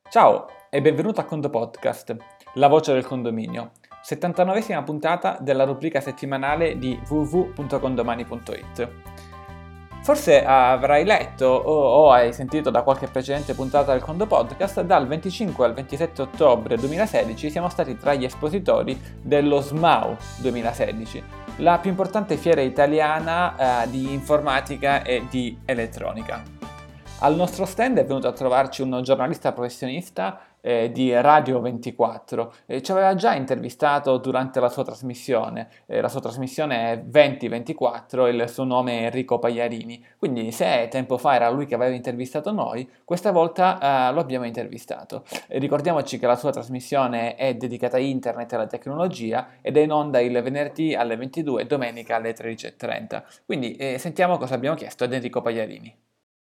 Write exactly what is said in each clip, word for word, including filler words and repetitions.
Ciao e benvenuto a Condo Podcast, la voce del condominio, settantanovesima puntata della rubrica settimanale di w w w punto condomani punto i t. Forse avrai letto o, o hai sentito da qualche precedente puntata del Condo Podcast, dal venticinque al ventisette ottobre duemilasedici siamo stati tra gli espositori dello SMAU duemilasedici, la più importante fiera italiana eh, di informatica e di elettronica. Al nostro stand è venuto a trovarci un giornalista professionista eh, di Radio ventiquattro, eh, ci aveva già intervistato durante la sua trasmissione, eh, la sua trasmissione è venti ventiquattro e il suo nome è Enrico Pagliarini, quindi se tempo fa era lui che aveva intervistato noi, questa volta eh, lo abbiamo intervistato. E ricordiamoci che la sua trasmissione è dedicata a internet e alla tecnologia ed è in onda il venerdì alle ventidue e domenica alle tredici e trenta, quindi eh, sentiamo cosa abbiamo chiesto ad Enrico Pagliarini.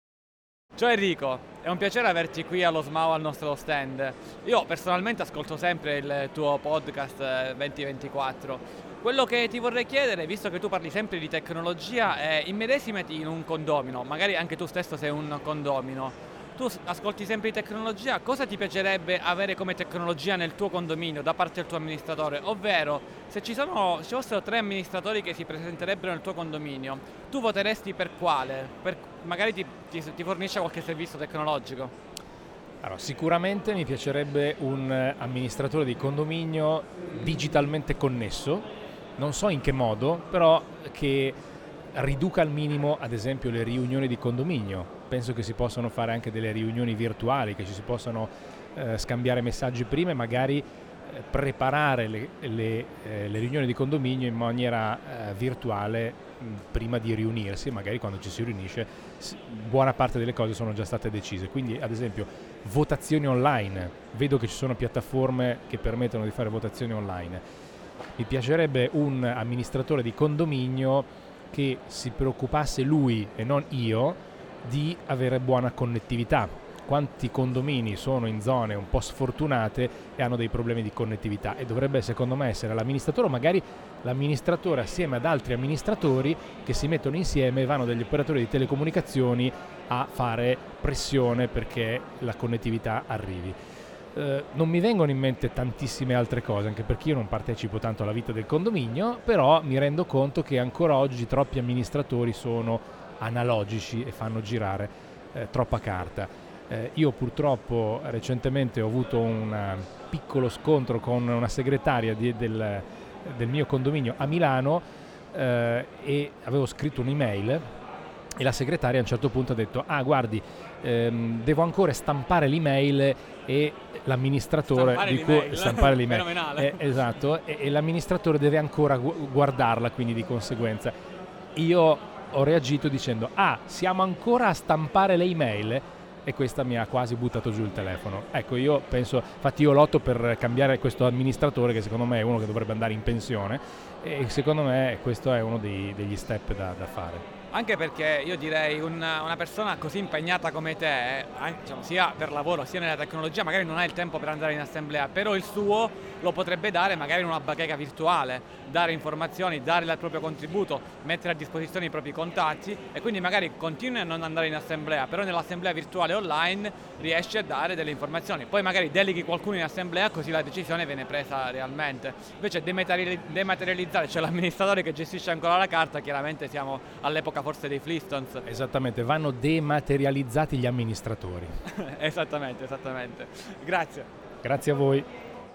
Ciao Enrico, è un piacere averti qui allo SMAU al nostro stand. Io personalmente ascolto sempre il tuo podcast venti ventiquattro. Quello che ti vorrei chiedere, visto che tu parli sempre di tecnologia, è immedesimati in un condomino, magari anche tu stesso sei un condomino. Tu ascolti sempre di tecnologia, cosa ti piacerebbe avere come tecnologia nel tuo condominio da parte del tuo amministratore? Ovvero, se ci, sono, ci fossero tre amministratori che si presenterebbero nel tuo condominio, tu voteresti per quale? Per, magari ti, ti, ti fornisce qualche servizio tecnologico? Allora, sicuramente mi piacerebbe un amministratore di condominio digitalmente connesso, non so in che modo, però che riduca al minimo ad esempio le riunioni di condominio. Penso che si possano fare anche delle riunioni virtuali, che ci si possano eh, scambiare messaggi prima e magari eh, preparare le, le, eh, le riunioni di condominio in maniera eh, virtuale mh, prima di riunirsi. Magari quando ci si riunisce s- buona parte delle cose sono già state decise, quindi ad esempio votazioni online, vedo che ci sono piattaforme che permettono di fare votazioni online. Mi piacerebbe un amministratore di condominio che si preoccupasse lui e non io di avere buona connettività. Quanti condomini sono in zone un po' sfortunate e hanno dei problemi di connettività, e dovrebbe secondo me essere l'amministratore o magari l'amministratore assieme ad altri amministratori che si mettono insieme e vanno dagli operatori di telecomunicazioni a fare pressione perché la connettività arrivi. Uh, non mi vengono in mente tantissime altre cose, anche perché io non partecipo tanto alla vita del condominio, però mi rendo conto che ancora oggi troppi amministratori sono analogici e fanno girare eh, troppa carta. Eh, io purtroppo recentemente ho avuto un piccolo scontro con una segretaria di, del, del mio condominio a Milano eh, e avevo scritto un'email e la segretaria a un certo punto ha detto ah guardi ehm, devo ancora stampare l'email e l'amministratore stampare di l'email, cui stampare l'email fenomenale. eh, esatto e, e l'amministratore deve ancora gu- guardarla, quindi di conseguenza io ho reagito dicendo ah siamo ancora a stampare le email, e questa mi ha quasi buttato giù il telefono. Ecco, io penso, infatti io lotto per cambiare questo amministratore, che secondo me è uno che dovrebbe andare in pensione, e secondo me questo è uno dei, degli step da, da fare. Anche perché io direi una, una persona così impegnata come te, eh, diciamo, sia per lavoro sia nella tecnologia, magari non ha il tempo per andare in assemblea, però il suo lo potrebbe dare magari in una bacheca virtuale, dare informazioni, dare il proprio contributo, mettere a disposizione i propri contatti, e quindi magari continui a non andare in assemblea, però nell'assemblea virtuale online riesce a dare delle informazioni. Poi magari deleghi qualcuno in assemblea, così la decisione viene presa realmente. Invece dematerializzare, cioè l'amministratore che gestisce ancora la carta, chiaramente siamo all'epoca forse dei Flintstones. Esattamente, vanno dematerializzati gli amministratori. esattamente, esattamente. Grazie. Grazie a voi.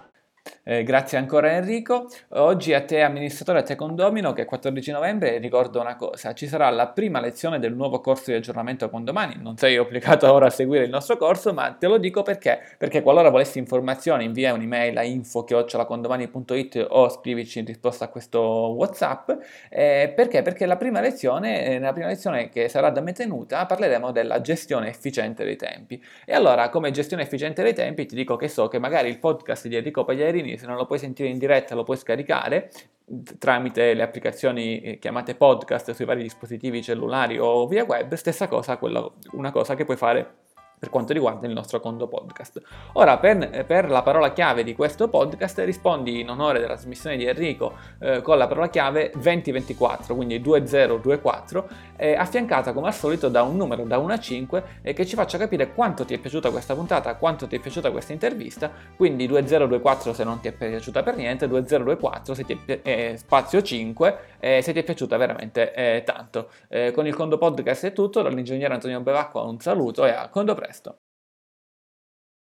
Eh, grazie ancora Enrico. Oggi a te amministratore, a te condomino, che è quattordici novembre, ricordo una cosa, ci sarà la prima lezione del nuovo corso di aggiornamento condomani. Non sei obbligato ora a seguire il nostro corso, ma te lo dico perché, perché qualora volessi informazioni invia un'email a info chiocciola condomani punto i t o scrivici in risposta a questo WhatsApp. Eh, perché? Perché la prima lezione, eh, nella prima lezione che sarà da me tenuta, parleremo della gestione efficiente dei tempi. E allora, come gestione efficiente dei tempi, ti dico che so che magari il podcast di Enrico Pagliarini, se non lo puoi sentire in diretta, lo puoi scaricare tramite le applicazioni chiamate podcast sui vari dispositivi cellulari o via web. Stessa cosa, quello, una cosa che puoi fare per quanto riguarda il nostro Condo Podcast. Ora, per, per la parola chiave di questo podcast, rispondi in onore della trasmissione di Enrico eh, con la parola chiave venti ventiquattro, quindi duemilaventiquattro, eh, affiancata come al solito da un numero da uno a cinque eh, che ci faccia capire quanto ti è piaciuta questa puntata, quanto ti è piaciuta questa intervista, quindi duemilaventiquattro se non ti è piaciuta per niente, duemilaventiquattro se ti è, eh, spazio cinque eh, se ti è piaciuta veramente eh, tanto. Eh, con il Condo Podcast è tutto, dall'ingegnere Antonio Bevacqua un saluto e a Condo Presto!